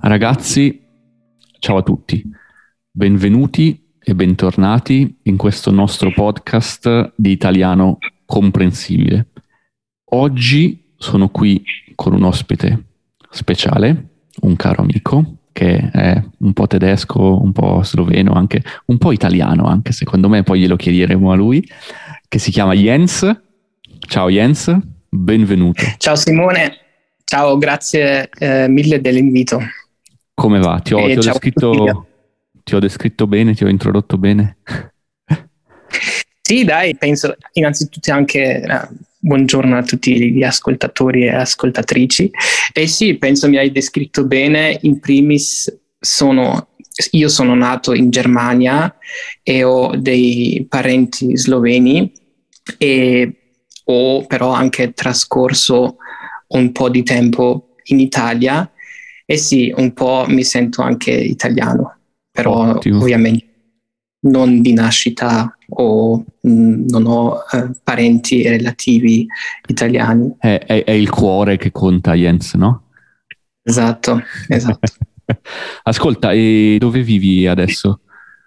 Ragazzi, ciao a tutti, benvenuti e bentornati in questo nostro podcast di italiano comprensibile. Oggi sono qui con un ospite speciale, un caro amico che è un po' tedesco, un po' sloveno, anche un po' italiano, anche secondo me, poi glielo chiederemo a lui, che si chiama Jens. Ciao Jens, benvenuto. Ciao Simone, ciao, grazie mille dell'invito. Come va? Ti ho descritto bene, ti ho introdotto bene? Sì, dai, penso innanzitutto anche buongiorno a tutti gli ascoltatori e ascoltatrici. E sì, penso mi hai descritto bene. In primis io sono nato in Germania e ho dei parenti sloveni e ho però anche trascorso un po' di tempo in Italia. E sì, un po' mi sento anche italiano, però Ottimo. ovviamente non di nascita o non ho parenti e relativi italiani. È il cuore che conta, Jens, no? Esatto. Ascolta, e dove vivi adesso?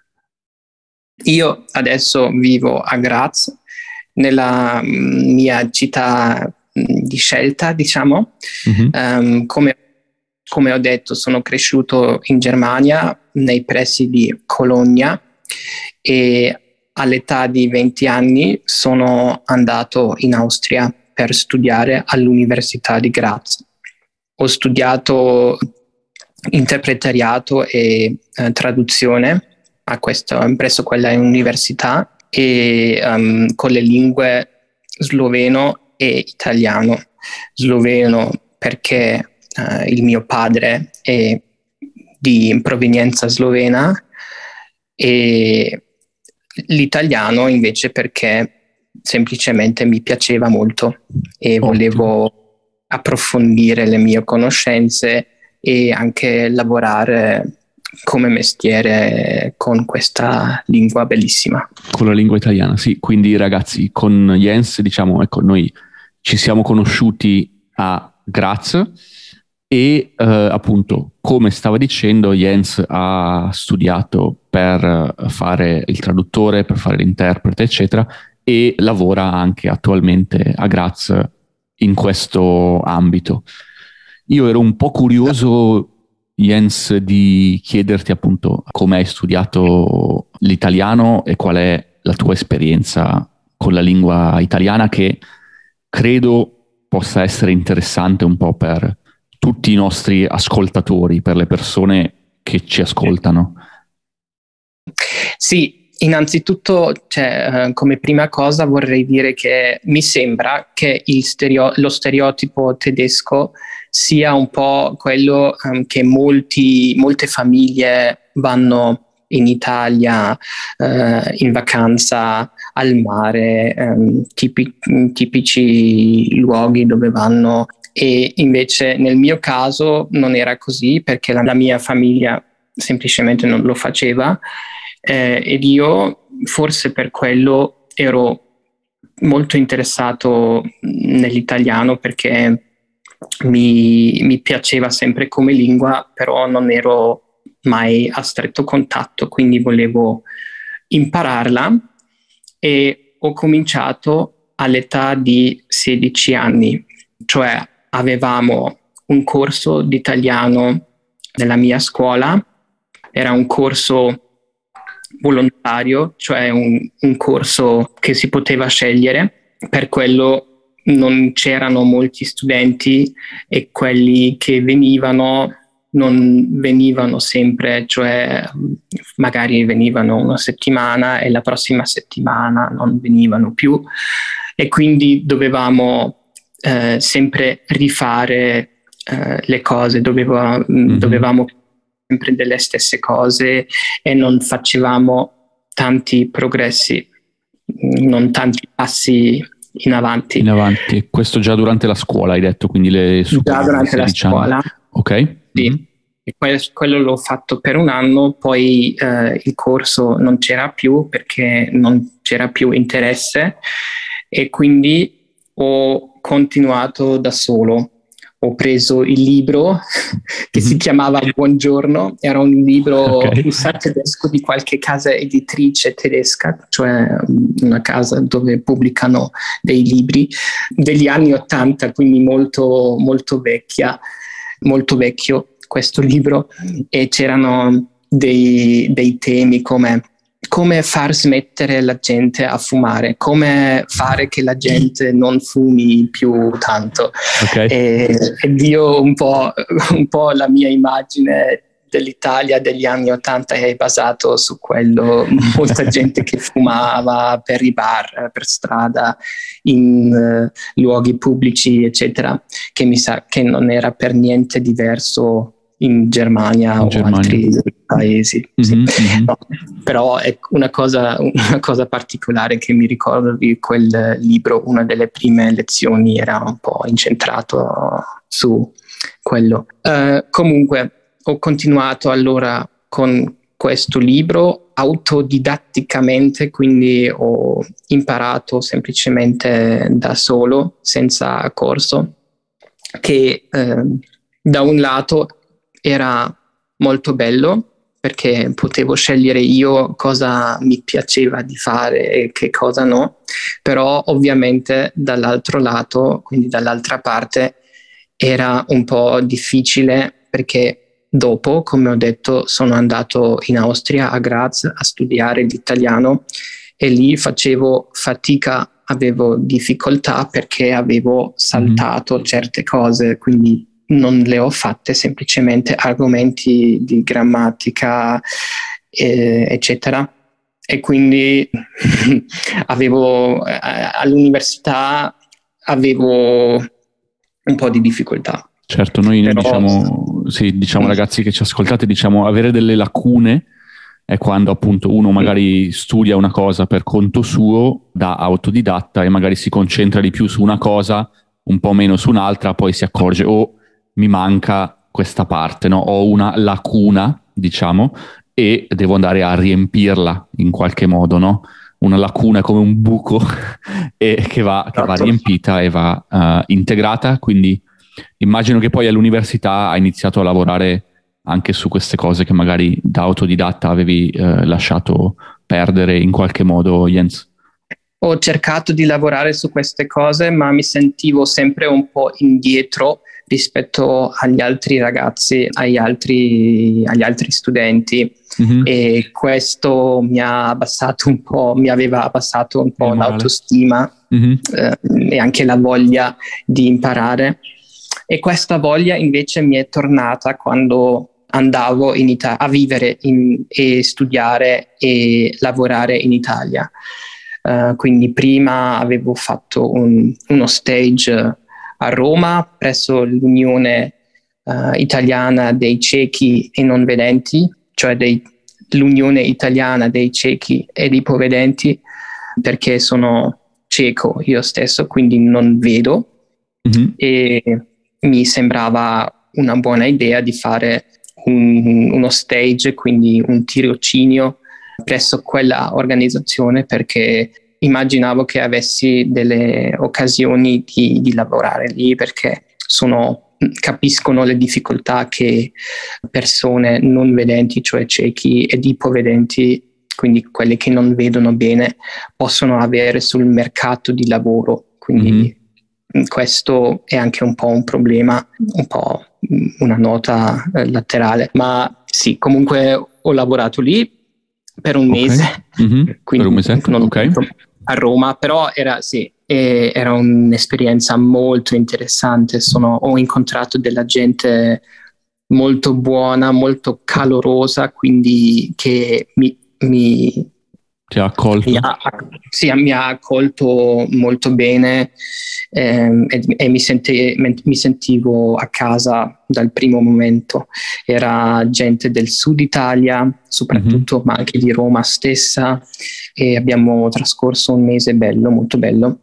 Io adesso vivo a Graz, nella mia città di scelta, diciamo. Mm-hmm. Come ho detto, sono cresciuto in Germania, nei pressi di Cologna, e all'età di 20 anni sono andato in Austria per studiare all'Università di Graz. Ho studiato interpretariato e traduzione presso quella università e con le lingue sloveno e italiano. Sloveno perché il mio padre è di provenienza slovena e l'italiano invece perché semplicemente mi piaceva molto e volevo approfondire le mie conoscenze e anche lavorare come mestiere con questa lingua bellissima. Con la lingua italiana, sì. Quindi ragazzi, con Jens, diciamo, ecco, noi ci siamo conosciuti a Graz e appunto, come stava dicendo, Jens ha studiato per fare il traduttore, per fare l'interprete, eccetera, e lavora anche attualmente a Graz in questo ambito. Io ero un po' curioso, Jens, di chiederti appunto come hai studiato l'italiano e qual è la tua esperienza con la lingua italiana, che credo possa essere interessante un po' per tutti i nostri ascoltatori, per le persone che ci ascoltano. Sì, innanzitutto, come prima cosa vorrei dire che mi sembra che lo stereotipo tedesco sia un po' quello che molte famiglie vanno in Italia in vacanza al mare, tipici luoghi dove vanno. E invece nel mio caso non era così perché la mia famiglia semplicemente non lo faceva. Ed io forse per quello ero molto interessato nell'italiano perché mi piaceva sempre come lingua, però non ero mai a stretto contatto, quindi volevo impararla e ho cominciato all'età di 16 anni, cioè avevamo un corso di italiano nella mia scuola, era un corso volontario, cioè un corso che si poteva scegliere, per quello non c'erano molti studenti e quelli che venivano non venivano sempre, cioè magari venivano una settimana e la prossima settimana non venivano più e quindi dovevamo sempre rifare le cose, dovevamo sempre delle stesse cose e non facevamo tanti progressi, non tanti passi in avanti. In avanti. Questo già durante la scuola, hai detto, quindi le superiori, già durante la 16 anni. scuola. Ok. Sì. Mm-hmm. E quello l'ho fatto per un anno, poi il corso non c'era più perché non c'era più interesse e quindi ho continuato da solo. ho preso il libro che si chiamava Buongiorno, era un libro usato tedesco di qualche casa editrice tedesca, cioè una casa dove pubblicano dei libri degli anni '80, quindi molto, molto vecchio questo libro, e c'erano dei temi come far smettere la gente a fumare, come fare che la gente non fumi più tanto. Ed io un po' la mia immagine dell'Italia degli anni '80 è basato su quello, molta gente che fumava per i bar, per strada, in luoghi pubblici, eccetera, che mi sa che non era per niente diverso in Germania o altri paesi. No, però è una cosa particolare che mi ricordo di quel libro. Una delle prime lezioni era un po' incentrato su quello. Comunque ho continuato allora con questo libro autodidatticamente, quindi ho imparato semplicemente da solo, senza corso, che da un lato era molto bello perché potevo scegliere io cosa mi piaceva di fare e che cosa no, però ovviamente dall'altro lato, quindi dall'altra parte, era un po' difficile perché dopo, come ho detto, sono andato in Austria, a Graz, a studiare l'italiano, e lì facevo fatica, avevo difficoltà perché avevo saltato certe cose, quindi non le ho fatte, semplicemente argomenti di grammatica, eccetera. E quindi all'università avevo un po' di difficoltà. Certo, noi diciamo ragazzi che ci ascoltate, diciamo avere delle lacune è quando appunto uno magari studia una cosa per conto suo da autodidatta e magari si concentra di più su una cosa, un po' meno su un'altra, poi si accorge mi manca questa parte, no? Ho una lacuna, diciamo, e devo andare a riempirla in qualche modo, no? Una lacuna è come un buco e che va riempita e va integrata, quindi immagino che poi all'università hai iniziato a lavorare anche su queste cose che magari da autodidatta avevi lasciato perdere in qualche modo, Jens. Ho cercato di lavorare su queste cose, ma mi sentivo sempre un po' indietro rispetto agli altri ragazzi, agli altri studenti, e questo mi aveva abbassato un po' l'autostima e anche la voglia di imparare. E questa voglia invece mi è tornata quando andavo a vivere e studiare e lavorare in Italia. Quindi prima avevo fatto uno stage a Roma presso l'Unione Italiana dei Ciechi e Non Vedenti, cioè l'Unione Italiana dei Ciechi e dei Ipovedenti, perché sono cieco io stesso, quindi non vedo, e mi sembrava una buona idea di fare uno stage, quindi un tirocinio presso quella organizzazione, perché immaginavo che avessi delle occasioni di lavorare lì, perché capiscono le difficoltà che persone non vedenti, cioè ciechi ed ipovedenti, quindi quelli che non vedono bene, possono avere sul mercato di lavoro. Quindi questo è anche un po' un problema, un po' una nota laterale. Ma sì, comunque ho lavorato lì per un mese, quindi per un mesetto, a Roma, però era un'esperienza molto interessante. Ho incontrato della gente molto buona, molto calorosa, quindi che ti ha accolto? Mi ha accolto molto bene, e mi sentivo a casa dal primo momento. Era gente del sud Italia soprattutto, ma anche di Roma stessa, e abbiamo trascorso un mese bello, molto bello.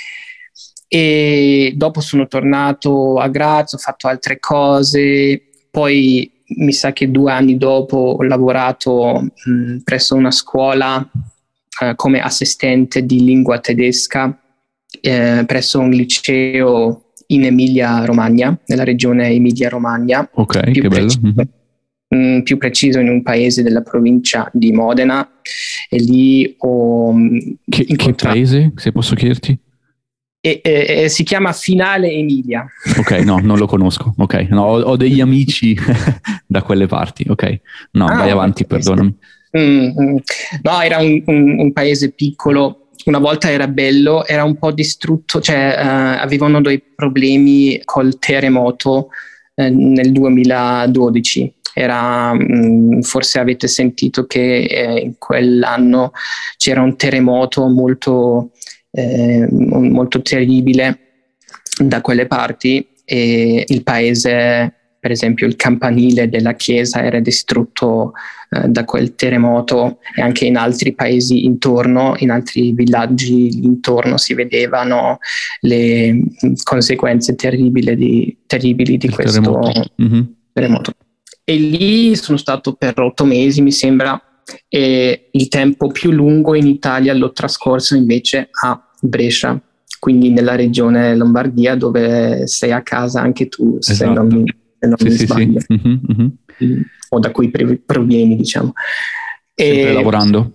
E dopo sono tornato a Graz, ho fatto altre cose, poi mi sa che 2 anni dopo ho lavorato presso una scuola come assistente di lingua tedesca presso un liceo in Emilia-Romagna, nella regione Emilia-Romagna. Ok, che bello. Più preciso in un paese della provincia di Modena, e lì ho Che paese, se posso chiederti? Si chiama Finale Emilia. Ok, no, non lo conosco. Ok, no, ho degli amici da quelle parti. Ok, no, vai avanti, perdonami. No, era un paese piccolo. Una volta era bello, era un po' distrutto, cioè avevano dei problemi col terremoto nel 2012. Forse avete sentito che in quell'anno c'era un terremoto molto terribile da quelle parti, e il paese, per esempio il campanile della chiesa, era distrutto da quel terremoto, e anche in altri paesi intorno, in altri villaggi intorno, si vedevano le conseguenze terribili di questo terremoto. E lì sono stato per 8 mesi, mi sembra, e il tempo più lungo in Italia l'ho trascorso invece a Brescia, quindi nella regione Lombardia, dove sei a casa anche tu, esatto. se non mi sbaglio. Sì. O da cui provieni, diciamo. Sempre lavorando?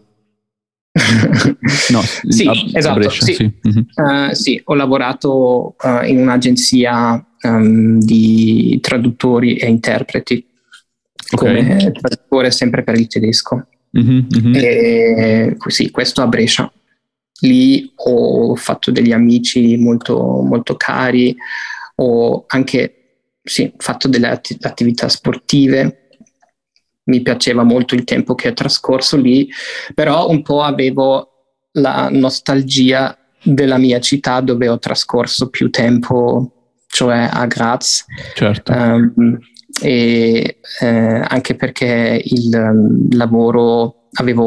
No, sì, esatto. A Brescia, sì. Sì, ho lavorato in un'agenzia di traduttori e interpreti, come traduttore sempre per il tedesco. E sì, questo a Brescia. Lì ho fatto degli amici molto, molto cari, ho anche fatto delle attività sportive, mi piaceva molto il tempo che ho trascorso lì, però un po' avevo la nostalgia della mia città dove ho trascorso più tempo, cioè a Graz. Certo. E anche perché il lavoro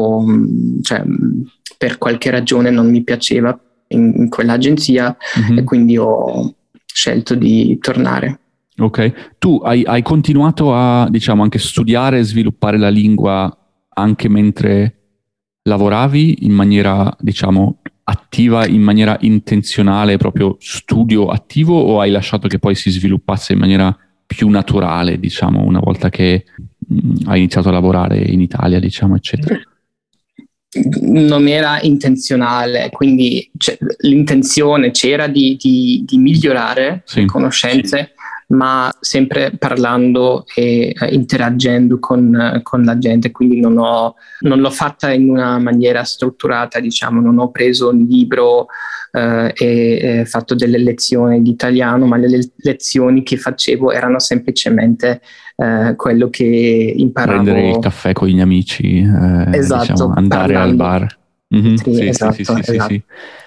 per qualche ragione non mi piaceva in quell'agenzia, e quindi ho scelto di tornare. Ok, tu hai continuato a, diciamo, anche studiare e sviluppare la lingua anche mentre lavoravi in maniera, diciamo, attiva, in maniera intenzionale, proprio studio attivo, o hai lasciato che poi si sviluppasse in maniera più naturale, diciamo, una volta che hai iniziato a lavorare in Italia, diciamo, eccetera? Non era intenzionale, quindi l'intenzione c'era di migliorare le conoscenze, ma sempre parlando e interagendo con la gente, quindi non l'ho fatta in una maniera strutturata, diciamo, non ho preso un libro e fatto delle lezioni di italiano, ma le lezioni che facevo erano semplicemente quello che imparavo. Prendere il caffè con gli amici, esatto, diciamo, andare parlando. al bar. Sì.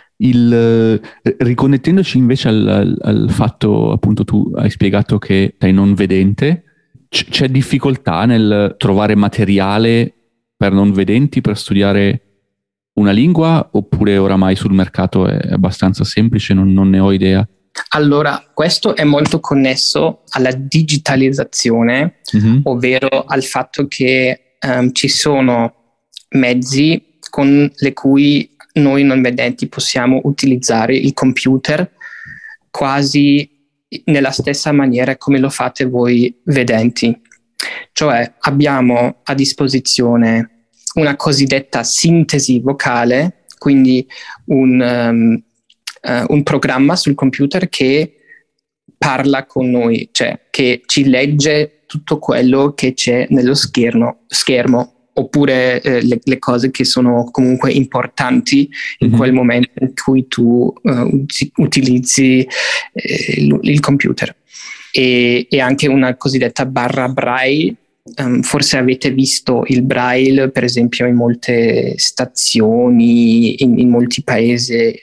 Riconnettendoci invece al fatto, appunto, tu hai spiegato che sei non vedente, c'è difficoltà nel trovare materiale per non vedenti per studiare una lingua, oppure oramai sul mercato è abbastanza semplice, non ne ho idea? Allora, questo è molto connesso alla digitalizzazione, ovvero al fatto che ci sono mezzi con le cui noi non vedenti possiamo utilizzare il computer quasi nella stessa maniera come lo fate voi vedenti. Cioè abbiamo a disposizione una cosiddetta sintesi vocale, quindi un programma sul computer che parla con noi, cioè che ci legge tutto quello che c'è nello schermo, oppure le cose che sono comunque importanti in quel momento in cui tu utilizzi il computer. E anche una cosiddetta barra braille. Forse avete visto il braille, per esempio, in molte stazioni, in molti paesi,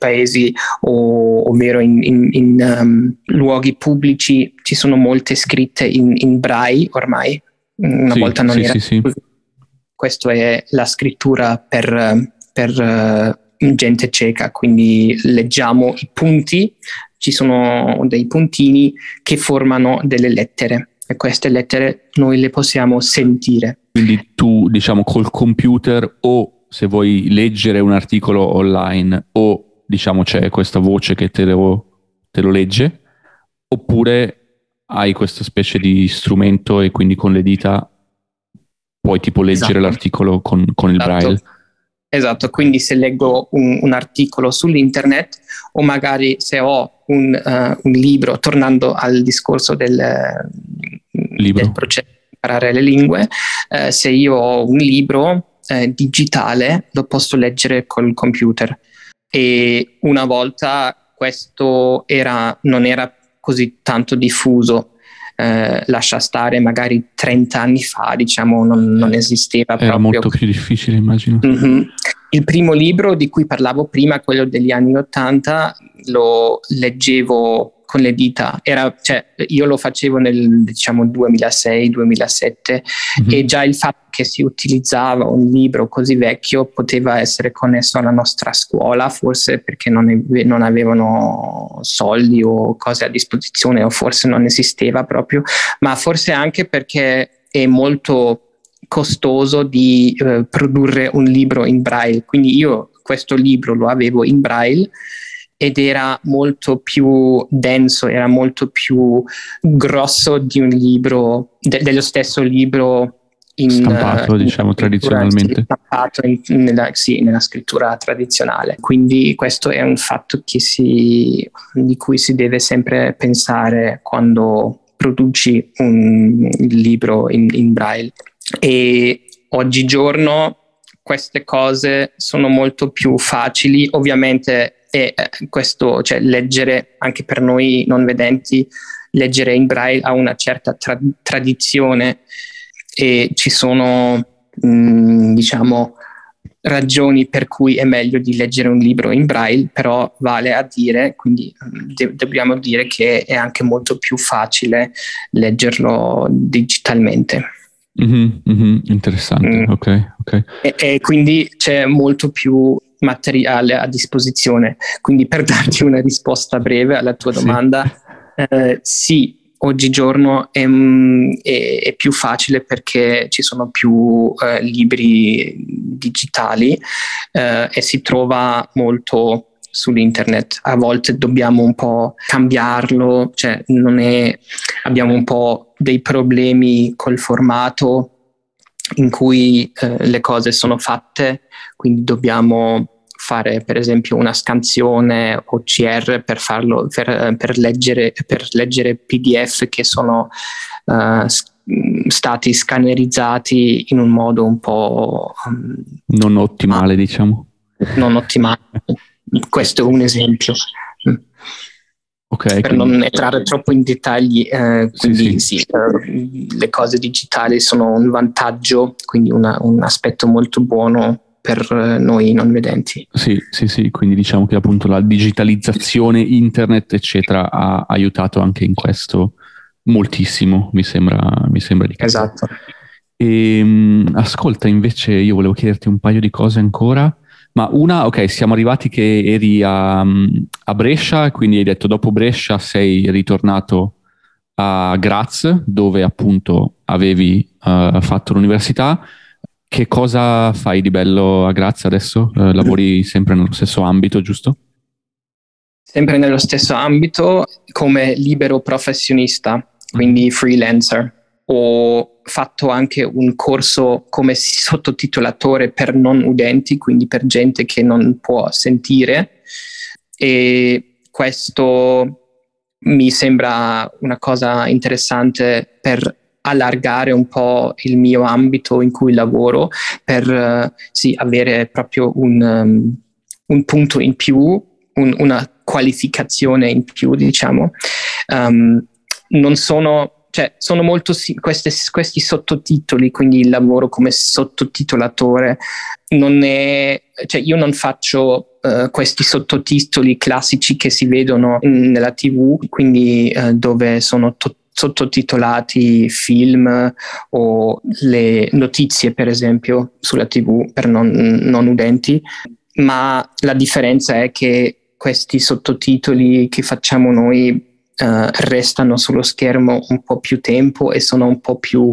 ovvero in luoghi pubblici ci sono molte scritte in braille ormai. Una volta non era così. Questa è la scrittura per gente cieca, quindi leggiamo i punti, ci sono dei puntini che formano delle lettere, e queste lettere noi le possiamo sentire. Quindi tu, diciamo, col computer, o se vuoi leggere un articolo online, o diciamo c'è questa voce che te lo legge, oppure hai questa specie di strumento e quindi con le dita puoi tipo leggere l'articolo con il braille. Esatto, quindi se leggo un articolo sull'internet o magari se ho un libro, tornando al discorso del processo di imparare le lingue, se io ho un libro digitale lo posso leggere col computer, e una volta questo non era così tanto diffuso. Lascia stare, magari 30 anni fa, diciamo, non esisteva era proprio. molto più difficile, immagino. Mm-hmm. Il primo libro di cui parlavo prima, quello degli anni 80, lo leggevo con le dita. Io lo facevo nel 2006-2007, e già il fatto che si utilizzava un libro così vecchio poteva essere connesso alla nostra scuola, forse perché non avevano soldi o cose a disposizione, o forse non esisteva proprio, ma forse anche perché è molto costoso di produrre un libro in braille. Quindi io questo libro lo avevo in braille ed era molto più denso, era molto più grosso di un libro, dello stesso libro stampato, diciamo, tradizionalmente. Stampato nella scrittura tradizionale. Quindi questo è un fatto di cui si deve sempre pensare quando produci un libro in braille. E oggigiorno queste cose sono molto più facili, ovviamente. E questo, leggere, anche per noi non vedenti, leggere in braille ha una certa tradizione, e ci sono diciamo ragioni per cui è meglio di leggere un libro in braille, però vale a dire, quindi dobbiamo dire che è anche molto più facile leggerlo digitalmente. Interessante, ok. E quindi c'è molto più materiale a disposizione. Quindi, per darti una risposta breve alla tua domanda, sì, oggigiorno è più facile perché ci sono più libri digitali, e si trova molto sull'internet. A volte dobbiamo un po' cambiarlo, abbiamo un po' dei problemi col formato in cui le cose sono fatte, quindi dobbiamo fare per esempio una scansione OCR per leggere PDF che sono stati scannerizzati in un modo un po' non ottimale, diciamo. Non ottimale. Questo è un esempio. Okay, per non entrare troppo in dettagli, quindi sì. Le cose digitali sono un vantaggio, quindi un aspetto molto buono per noi non vedenti. Sì, quindi diciamo che appunto la digitalizzazione, internet eccetera ha aiutato anche in questo moltissimo, mi sembra di capire. Esatto. Ascolta, invece io volevo chiederti un paio di cose ancora. Ma una, ok, siamo arrivati che eri a Brescia, quindi hai detto dopo Brescia sei ritornato a Graz, dove appunto avevi fatto l'università. Che cosa fai di bello a Graz adesso? Lavori sempre nello stesso ambito, giusto? Sempre nello stesso ambito, come libero professionista, quindi freelancer. Ho fatto anche un corso come sottotitolatore per non udenti, quindi per gente che non può sentire, e questo mi sembra una cosa interessante per allargare un po' il mio ambito in cui lavoro, per avere proprio un punto in più, una qualificazione in più, diciamo. Non sono molto questi sottotitoli, quindi il lavoro come sottotitolatore io non faccio questi sottotitoli classici che si vedono nella TV, quindi dove sono sottotitolati film o le notizie, per esempio, sulla TV per non udenti, ma la differenza è che questi sottotitoli che facciamo noi restano sullo schermo un po' più tempo e sono un po' più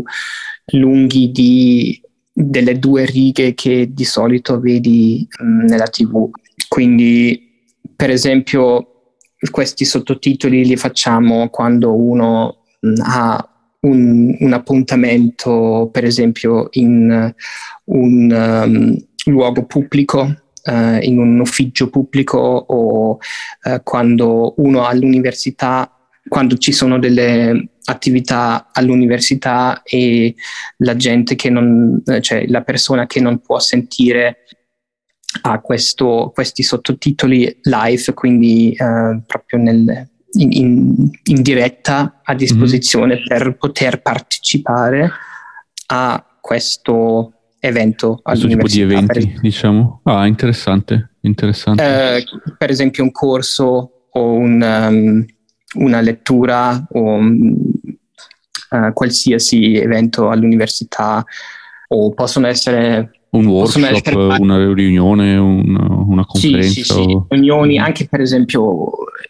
lunghi delle 2 righe che di solito vedi nella TV. Quindi, per esempio, questi sottotitoli li facciamo quando uno ha un appuntamento, per esempio in un luogo pubblico, in un ufficio pubblico, o quando uno all'università, quando ci sono delle attività all'università e la gente che non, cioè la persona che non può sentire ha questi sottotitoli live, quindi proprio in diretta a disposizione per poter partecipare a questo evento, questo tipo di eventi, diciamo. Ah, interessante. Per esempio un corso o una lettura o qualsiasi evento all'università, o possono essere un workshop, una riunione, una conferenza. Sì. Riunioni, anche per esempio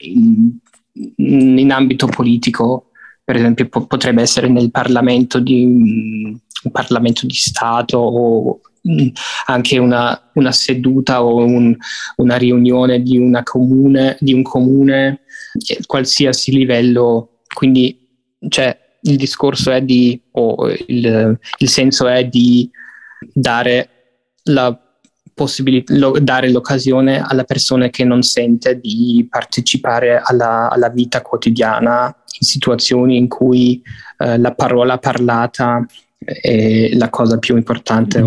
in ambito politico, per esempio potrebbe essere nel Parlamento un Parlamento di Stato, o anche una seduta o una riunione di un comune, qualsiasi livello. Quindi il discorso è il senso è di dare dare l'occasione alla persona che non sente di partecipare alla vita quotidiana, in situazioni in cui la parola parlata è la cosa più importante.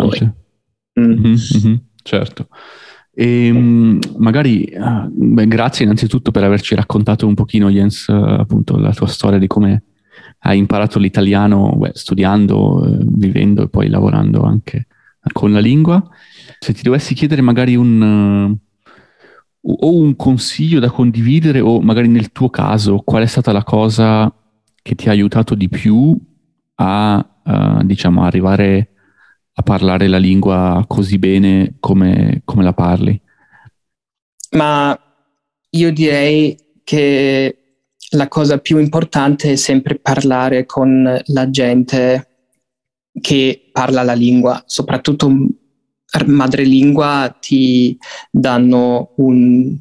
Certo. E magari grazie innanzitutto per averci raccontato un pochino, Jens, appunto la tua storia di come hai imparato l'italiano studiando, vivendo e poi lavorando anche con la lingua. Se ti dovessi chiedere magari o un consiglio da condividere, o magari nel tuo caso qual è stata la cosa che ti ha aiutato di più a diciamo arrivare a parlare la lingua così bene come la parli? Ma io direi che la cosa più importante è sempre parlare con la gente che parla la lingua, soprattutto madrelingua, ti danno un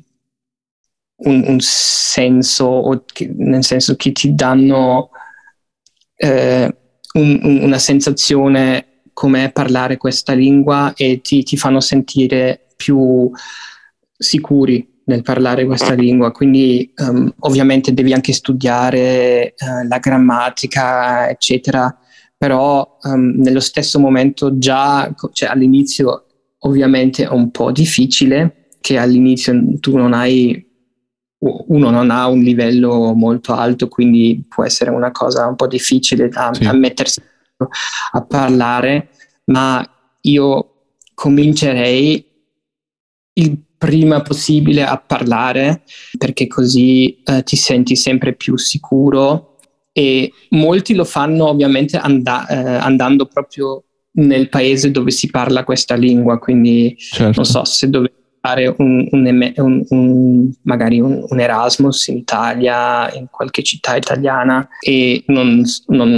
senso, nel senso che ti danno una sensazione com'è parlare questa lingua, e ti fanno sentire più sicuri nel parlare questa lingua. Quindi ovviamente devi anche studiare la grammatica, eccetera, però nello stesso momento all'inizio ovviamente è un po' difficile, che all'inizio uno non ha un livello molto alto, quindi può essere una cosa un po' difficile a mettersi a parlare, ma io comincerei il prima possibile a parlare, perché così ti senti sempre più sicuro, e molti lo fanno ovviamente andando proprio nel paese dove si parla questa lingua. Quindi non so, se dovete fare magari un Erasmus in Italia, in qualche città italiana, e non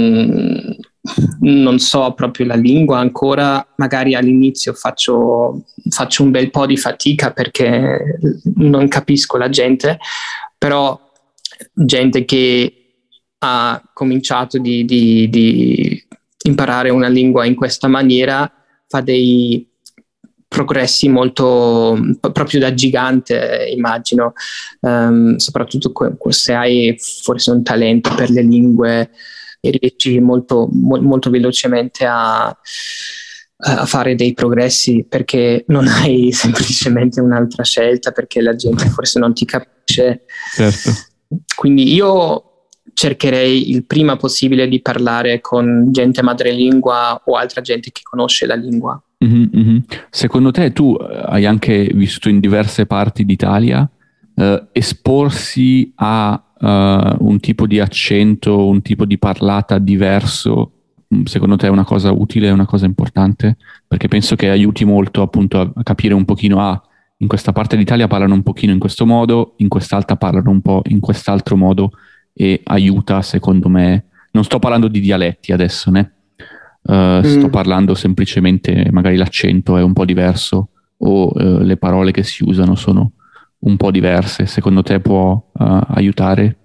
so proprio la lingua ancora, magari all'inizio faccio un bel po' di fatica perché non capisco la gente, però gente che ha cominciato di imparare una lingua in questa maniera fa dei progressi molto, proprio da gigante, immagino, soprattutto se hai forse un talento per le lingue e riesci molto, molto velocemente a fare dei progressi, perché non hai semplicemente un'altra scelta, perché la gente forse non ti capisce. Certo. Quindi io cercherei il prima possibile di parlare con gente madrelingua o altra gente che conosce la lingua. Mm-hmm. Secondo te, tu hai anche vissuto in diverse parti d'Italia, esporsi a un tipo di accento, un tipo di parlata diverso, secondo te è una cosa utile, è una cosa importante? Perché penso che aiuti molto appunto a capire un pochino, in questa parte d'Italia parlano un pochino in questo modo, in quest'altra parlano un po' in quest'altro modo, e aiuta, secondo me. Non sto parlando di dialetti adesso, né? Sto parlando semplicemente, magari l'accento è un po' diverso, o le parole che si usano sono un po' diverse, secondo te può aiutare?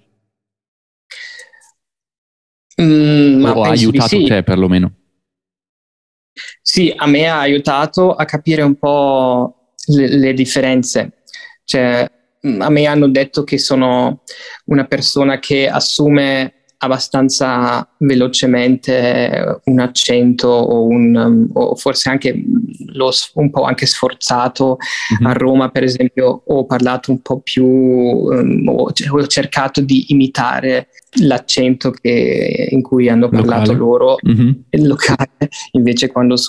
Ma O ha penso di aiutato sì. te perlomeno? Sì, a me ha aiutato a capire un po' le differenze. Cioè, a me hanno detto che sono una persona che assume abbastanza velocemente un accento o forse anche un po' anche sforzato. A Roma, per esempio, ho parlato un po' più, ho cercato di imitare l'accento in cui hanno parlato Locale. loro, il locale. Invece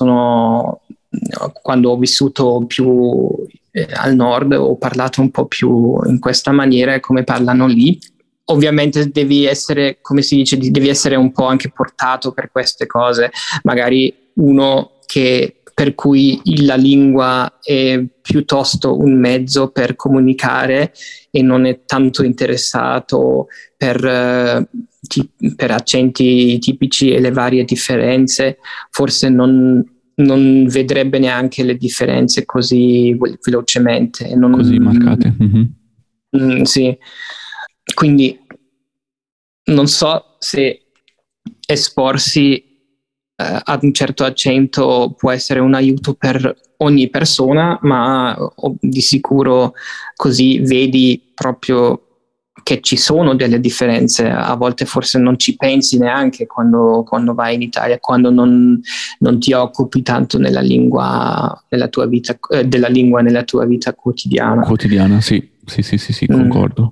quando ho vissuto più al nord, ho parlato un po' più in questa maniera, come parlano lì. Ovviamente devi essere, come si dice, devi essere un po' anche portato per queste cose. Magari uno per cui la lingua è piuttosto un mezzo per comunicare e non è tanto interessato per accenti tipici e le varie differenze, forse non vedrebbe neanche le differenze così velocemente. Così marcate. Sì, quindi non so se esporsi ad un certo accento può essere un aiuto per ogni persona, ma di sicuro così vedi proprio che ci sono delle differenze. A volte forse non ci pensi neanche quando vai in Italia, quando non ti occupi tanto nella lingua nella tua vita, della lingua nella tua vita quotidiana. Quotidiana, sì, concordo.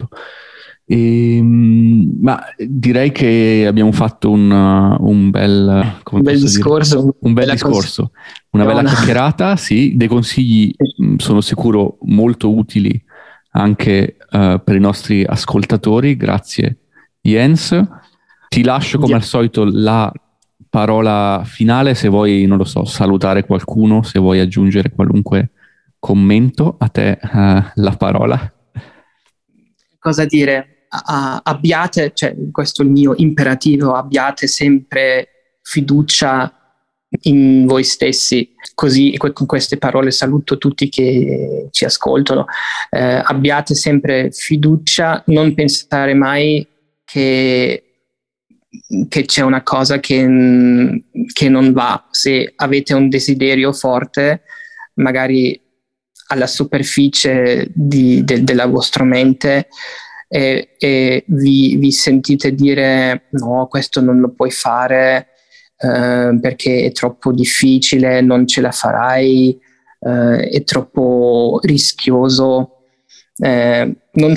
Ma direi che abbiamo fatto un bel, come posso discorso, dire? Un bel discorso, una bella chiacchierata, sì, dei consigli sono sicuro molto utili anche per i nostri ascoltatori. Grazie Jens. Ti lascio come al solito la parola finale, se vuoi, non lo so, salutare qualcuno, se vuoi aggiungere qualunque commento, a te la parola. Cosa dire? Abbiate, cioè questo è il mio imperativo, abbiate sempre fiducia in voi stessi. Così con queste parole saluto tutti che ci ascoltano. Abbiate sempre fiducia, non pensare mai che c'è una cosa che non va. Se avete un desiderio forte, magari alla superficie della vostra mente, e vi sentite dire no, questo non lo puoi fare perché è troppo difficile, non ce la farai, è troppo rischioso. Non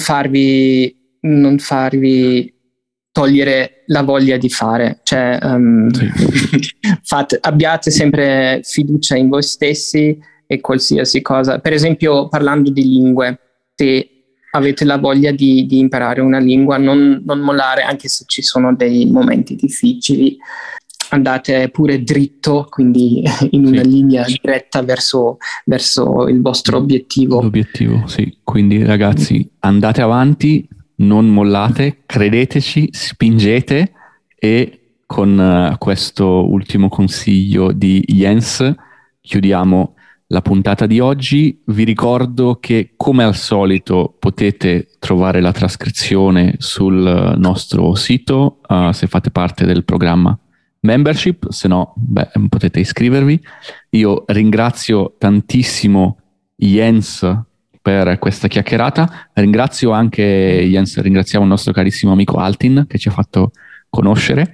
farvi togliere la voglia di fare, cioè abbiate sempre fiducia in voi stessi e qualsiasi cosa. Per esempio, parlando di lingue, se avete la voglia di imparare una lingua, non mollare, anche se ci sono dei momenti difficili. Andate pure dritto, quindi in una linea diretta verso il vostro obiettivo. L'obiettivo, sì. Quindi ragazzi, andate avanti, non mollate, credeteci, spingete, e con questo ultimo consiglio di Jens chiudiamo la puntata di oggi. Vi ricordo che, come al solito, potete trovare la trascrizione sul nostro sito se fate parte del programma Membership, se no potete iscrivervi. Io ringrazio tantissimo Jens per questa chiacchierata. Ringraziamo il nostro carissimo amico Altin che ci ha fatto conoscere.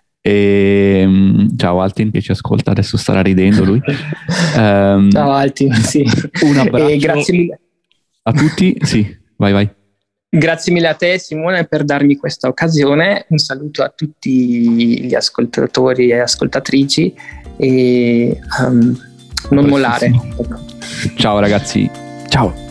Ciao Altin che ci ascolta, adesso starà ridendo lui. Ciao Altin, sì. Un abbraccio grazie mille a tutti. Sì, vai. Grazie mille a te Simone per darmi questa occasione. Un saluto a tutti gli ascoltatori e ascoltatrici e non mollare. Ciao ragazzi, ciao.